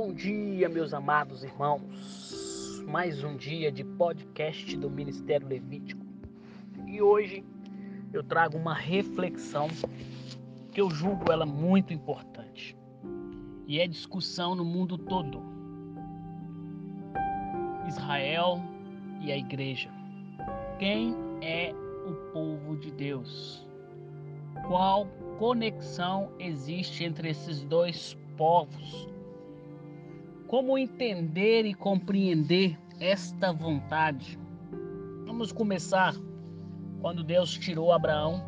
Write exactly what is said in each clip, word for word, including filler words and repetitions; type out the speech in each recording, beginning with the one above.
Bom dia, meus amados irmãos. Mais um dia de podcast do Ministério Levítico. E hoje eu trago uma reflexão que eu julgo ela muito importante. E é discussão no mundo todo. Israel e a igreja. Quem é o povo de Deus? Qual conexão existe entre esses dois povos? Como entender e compreender esta vontade? Vamos começar quando Deus tirou Abraão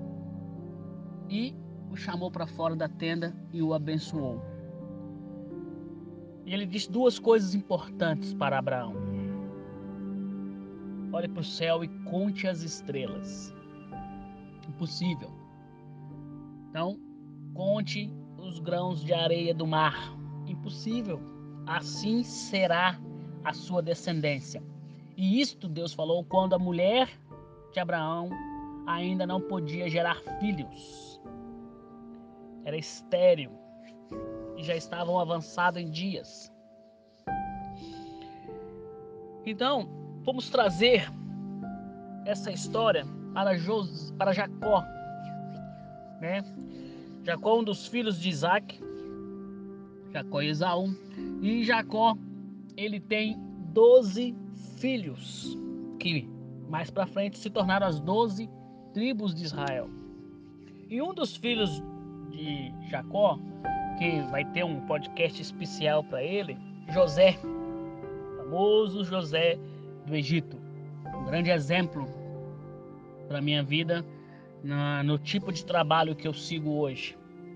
e o chamou para fora da tenda e o abençoou. E ele disse duas coisas importantes para Abraão: olhe para o céu e conte as estrelas. Impossível. Então, conte os grãos de areia do mar. Impossível. Assim será a sua descendência. E isto Deus falou quando a mulher de Abraão ainda não podia gerar filhos. Era estéril e já estavam avançados em dias. Então, vamos trazer essa história para, Jos, para Jacó. Né? Jacó, um dos filhos de Isaac, Jacó e Esaú. E Jacó, ele tem doze filhos, que mais para frente se tornaram as doze tribos de Israel. E um dos filhos de Jacó, que vai ter um podcast especial para ele, José, famoso José do Egito. Um grande exemplo para a minha vida, na, no tipo de trabalho que eu sigo hoje.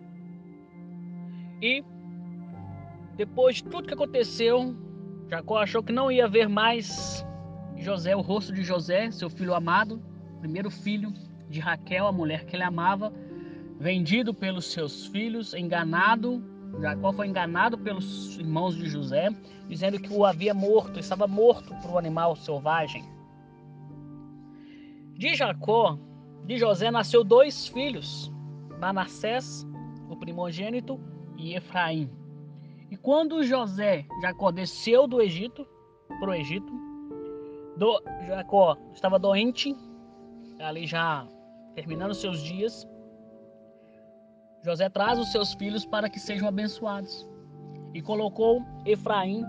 E depois de tudo que aconteceu, Jacó achou que não ia ver mais José, o rosto de José, seu filho amado, primeiro filho de Raquel, a mulher que ele amava, vendido pelos seus filhos, enganado. Jacó foi enganado pelos irmãos de José, dizendo que o havia morto, estava morto por um animal selvagem. De Jacó, de José, nasceu dois filhos, Manassés, o primogênito, e Efraim. E quando José, Jacó, desceu do Egito, para o Egito, do, Jacó estava doente, ali já terminando seus dias. José traz os seus filhos para que sejam abençoados. E colocou Efraim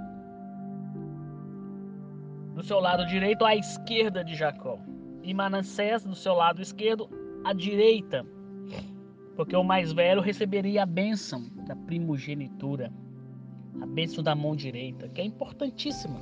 do seu lado direito à esquerda de Jacó. E Manassés do seu lado esquerdo à direita. Porque o mais velho receberia a bênção da primogenitura. A bênção da mão direita, que é importantíssima.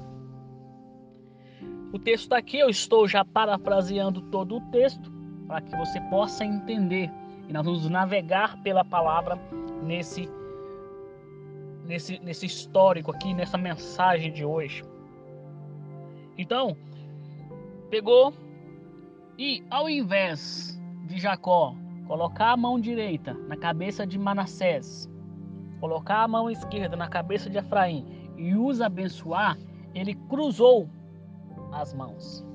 O texto está aqui, eu estou já parafraseando todo o texto, para que você possa entender. E nós vamos navegar pela palavra nesse, nesse, nesse histórico aqui, nessa mensagem de hoje. Então, pegou e ao invés de Jacó colocar a mão direita na cabeça de Manassés, colocar a mão esquerda na cabeça de Efraim e os abençoar, ele cruzou as mãos.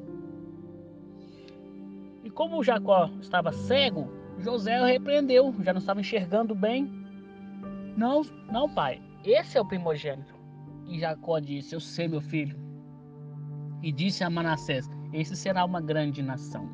E como Jacó estava cego, José o repreendeu, já não estava enxergando bem. Não, não, pai, esse é o primogênito. E Jacó disse: eu sei, meu filho. E disse a Manassés: esse será uma grande nação.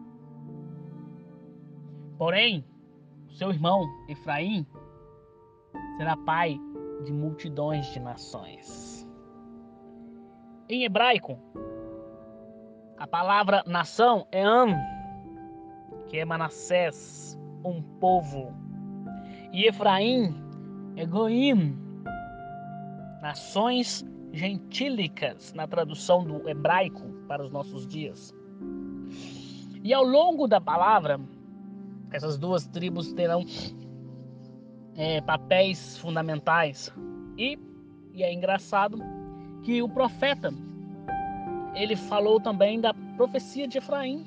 Porém, seu irmão Efraim será pai de multidões de nações. Em hebraico, a palavra nação é Am, que é Manassés, um povo. E Efraim é Goim, nações gentílicas, na tradução do hebraico para os nossos dias. E ao longo da palavra, essas duas tribos terão é, papéis fundamentais. E, e é engraçado que o profeta, ele falou também da profecia de Efraim,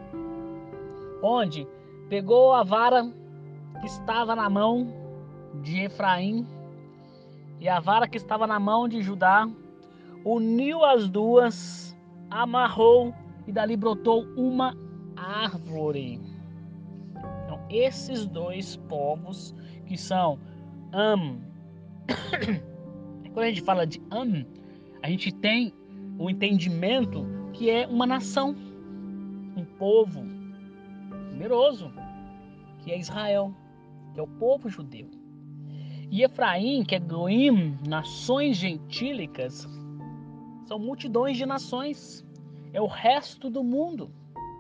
onde pegou a vara que estava na mão de Efraim e a vara que estava na mão de Judá, uniu as duas, amarrou e dali brotou uma árvore. Então, esses dois povos que são Am Quando a gente fala de Am, a gente tem o entendimento que é uma nação, um povo numeroso, que é Israel, que é o povo judeu. E Efraim, que é Goim, nações gentílicas, são multidões de nações, é o resto do mundo.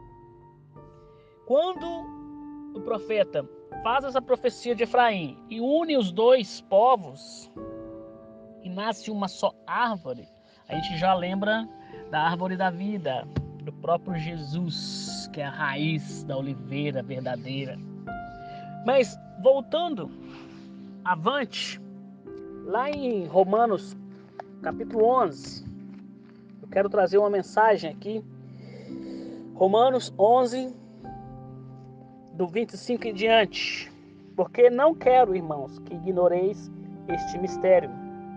Quando o profeta faz essa profecia de Efraim e une os dois povos e nasce uma só árvore, a gente já lembra da árvore da vida, do próprio Jesus, que é a raiz da oliveira verdadeira. Mas voltando avante, lá em Romanos capítulo onze, eu quero trazer uma mensagem aqui. Romanos onze, do vinte e cinco em diante. Porque não quero, irmãos, que ignoreis este mistério,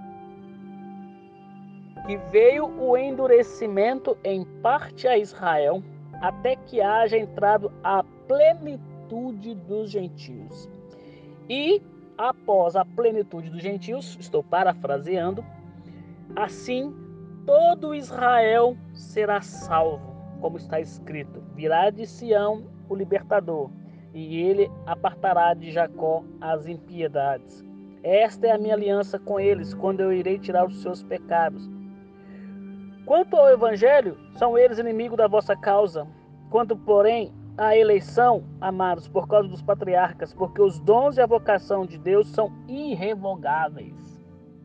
que veio o endurecimento em parte a Israel, até que haja entrado a plenitude dos gentios. E, após a plenitude dos gentios, estou parafraseando, assim todo Israel será salvo, como está escrito: virá de Sião o libertador, e ele apartará de Jacó as impiedades. Esta é a minha aliança com eles, quando eu irei tirar os seus pecados. Quanto ao evangelho, são eles inimigos da vossa causa. Quanto, porém, à eleição, amados, por causa dos patriarcas, porque os dons e a vocação de Deus são irrevogáveis.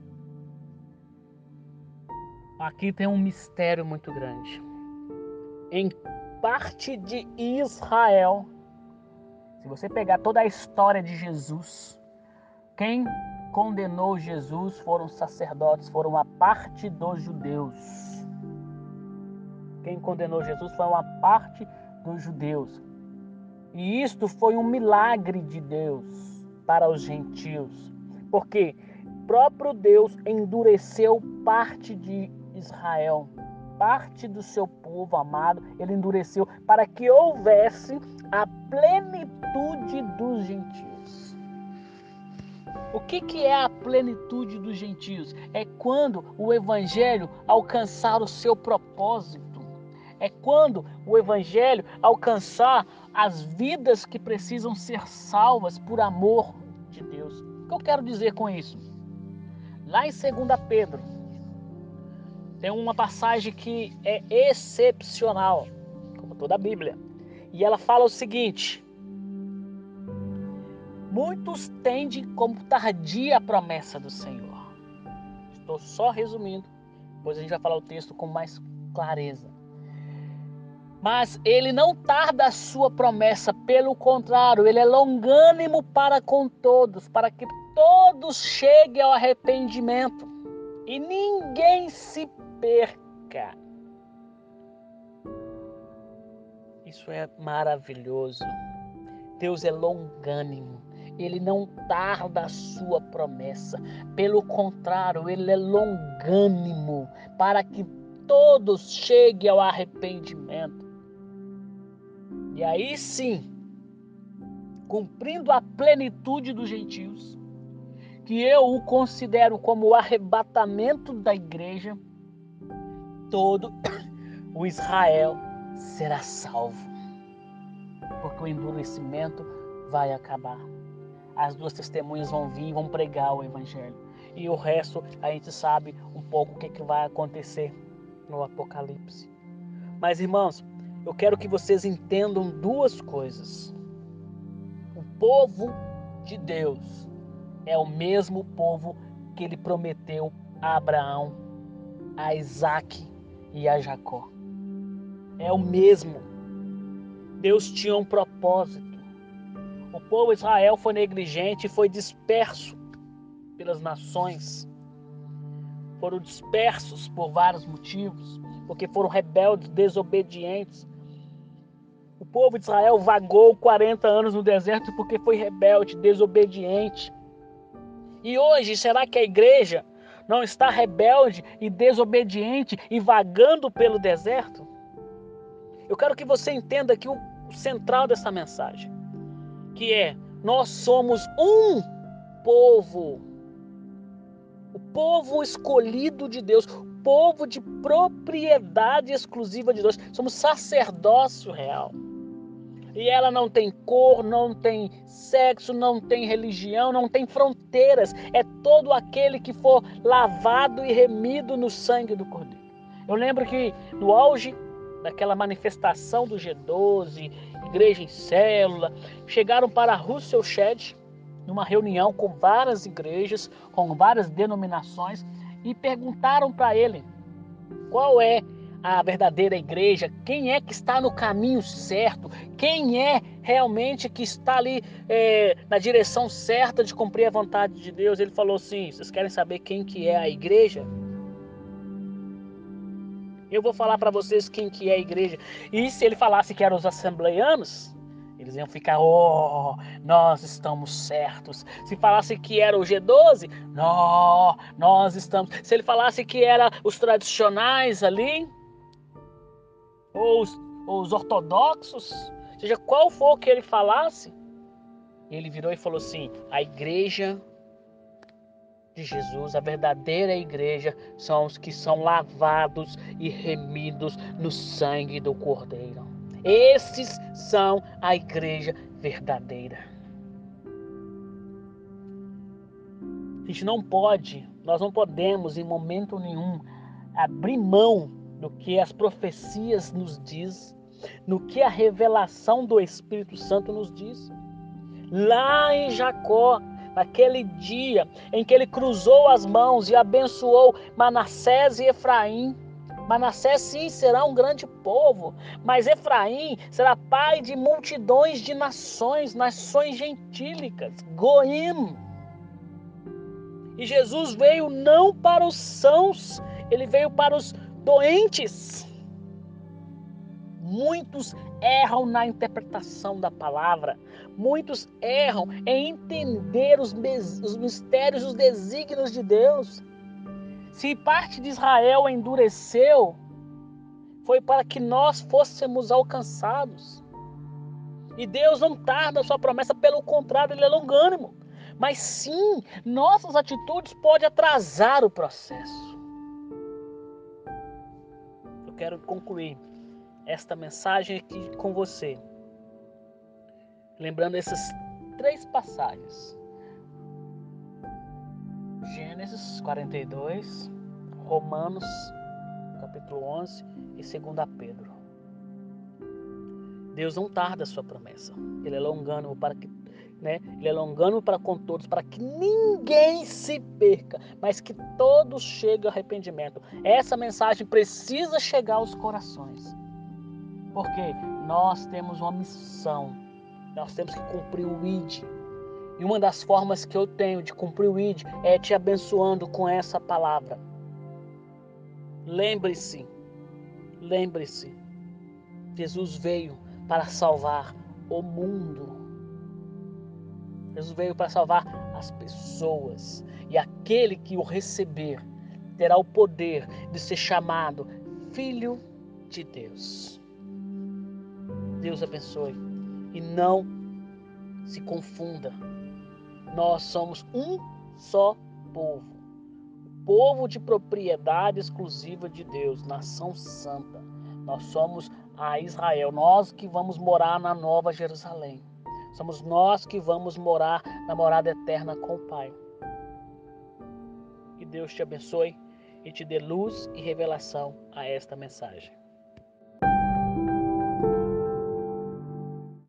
Aqui tem um mistério muito grande. Em parte de Israel, se você pegar toda a história de Jesus, quem condenou Jesus foram os sacerdotes, foram a parte dos judeus. Quem condenou Jesus foi uma parte dos judeus. E isto foi um milagre de Deus para os gentios, porque próprio Deus endureceu parte de Israel, parte do seu povo amado, ele endureceu para que houvesse a plenitude dos gentios. O que, que é a plenitude dos gentios? É quando o evangelho alcançar o seu propósito. É quando o evangelho alcançar as vidas que precisam ser salvas por amor de Deus. O que eu quero dizer com isso? Lá em Segunda Pedro, tem uma passagem que é excepcional, como toda a Bíblia. E ela fala o seguinte: muitos tendem como tardia a promessa do Senhor. Estou só resumindo, depois a gente vai falar o texto com mais clareza. Mas ele não tarda a sua promessa, pelo contrário, ele é longânimo para com todos, para que todos cheguem ao arrependimento e ninguém se perca. Isso é maravilhoso. Deus é longânimo, ele não tarda a sua promessa, pelo contrário, ele é longânimo para que todos cheguem ao arrependimento. E aí sim, cumprindo a plenitude dos gentios, que eu o considero como o arrebatamento da igreja, todo o Israel será salvo, porque o endurecimento vai acabar. As duas testemunhas vão vir e vão pregar o evangelho. E o resto a gente sabe um pouco o que, que vai acontecer no Apocalipse. Mas, irmãos, eu quero que vocês entendam duas coisas. O povo de Deus é o mesmo povo que ele prometeu a Abraão, a Isaac e a Jacó. É o mesmo. Deus tinha um propósito. O povo de Israel foi negligente e foi disperso pelas nações. Foram dispersos por vários motivos, porque foram rebeldes, desobedientes. O povo de Israel vagou quarenta anos no deserto porque foi rebelde, desobediente. E hoje, será que a igreja não está rebelde e desobediente e vagando pelo deserto? Eu quero que você entenda aqui o central dessa mensagem, que é: nós somos um povo, o povo escolhido de Deus, o povo de propriedade exclusiva de Deus. Somos sacerdócio real. E ela não tem cor, não tem sexo, não tem religião, não tem fronteiras. É todo aquele que for lavado e remido no sangue do Cordeiro. Eu lembro que no auge daquela manifestação do G doze, igreja em célula, chegaram para Russell Shedd, numa reunião com várias igrejas, com várias denominações, e perguntaram para ele qual é a verdadeira igreja, quem é que está no caminho certo, quem é realmente que está ali é, na direção certa de cumprir a vontade de Deus. Ele falou assim: vocês querem saber quem que é a igreja? Eu vou falar para vocês quem que é a igreja. E se ele falasse que eram os assembleianos, eles iam ficar, oh, nós estamos certos. Se falasse que era o G doze, não, nós estamos. Se ele falasse que era os tradicionais ali, ou os, ou os ortodoxos, seja qual for o que ele falasse, ele virou e falou assim: a igreja de Jesus, a verdadeira igreja, são os que são lavados e remidos no sangue do Cordeiro. Esses são a igreja verdadeira. A gente não pode, nós não podemos em momento nenhum abrir mão do que as profecias nos diz, no que a revelação do Espírito Santo nos diz. Lá em Jacó, naquele dia em que ele cruzou as mãos e abençoou Manassés e Efraim, Manassés sim será um grande povo, mas Efraim será pai de multidões de nações, nações gentílicas, Goim. E Jesus veio não para os sãos, ele veio para os doentes. Muitos erram na interpretação da palavra. Muitos erram em entender os, os mistérios, os desígnios de Deus. Se parte de Israel endureceu, foi para que nós fôssemos alcançados. E Deus não tarda a sua promessa, pelo contrário, Ele é longânimo. Mas sim, nossas atitudes podem atrasar o processo. Eu quero concluir esta mensagem aqui com você, lembrando essas três passagens: Gênesis quarenta e dois, Romanos capítulo onze e segunda Pedro. Deus não tarda a sua promessa, Ele é longânimo para que, né? Ele é longânimo para com todos, para que ninguém se perca, mas que todos cheguem ao arrependimento. Essa mensagem precisa chegar aos corações, porque nós temos uma missão, nós temos que cumprir o I D. E uma das formas que eu tenho de cumprir o I D é te abençoando com essa palavra. Lembre-se, lembre-se, Jesus veio para salvar o mundo. Jesus veio para salvar as pessoas. E aquele que o receber terá o poder de ser chamado Filho de Deus. Deus abençoe. E não se confunda. Nós somos um só povo. Povo de propriedade exclusiva de Deus. Nação santa. Nós somos a Israel. Nós que vamos morar na Nova Jerusalém. Somos nós que vamos morar na morada eterna com o Pai. Que Deus te abençoe e te dê luz e revelação a esta mensagem.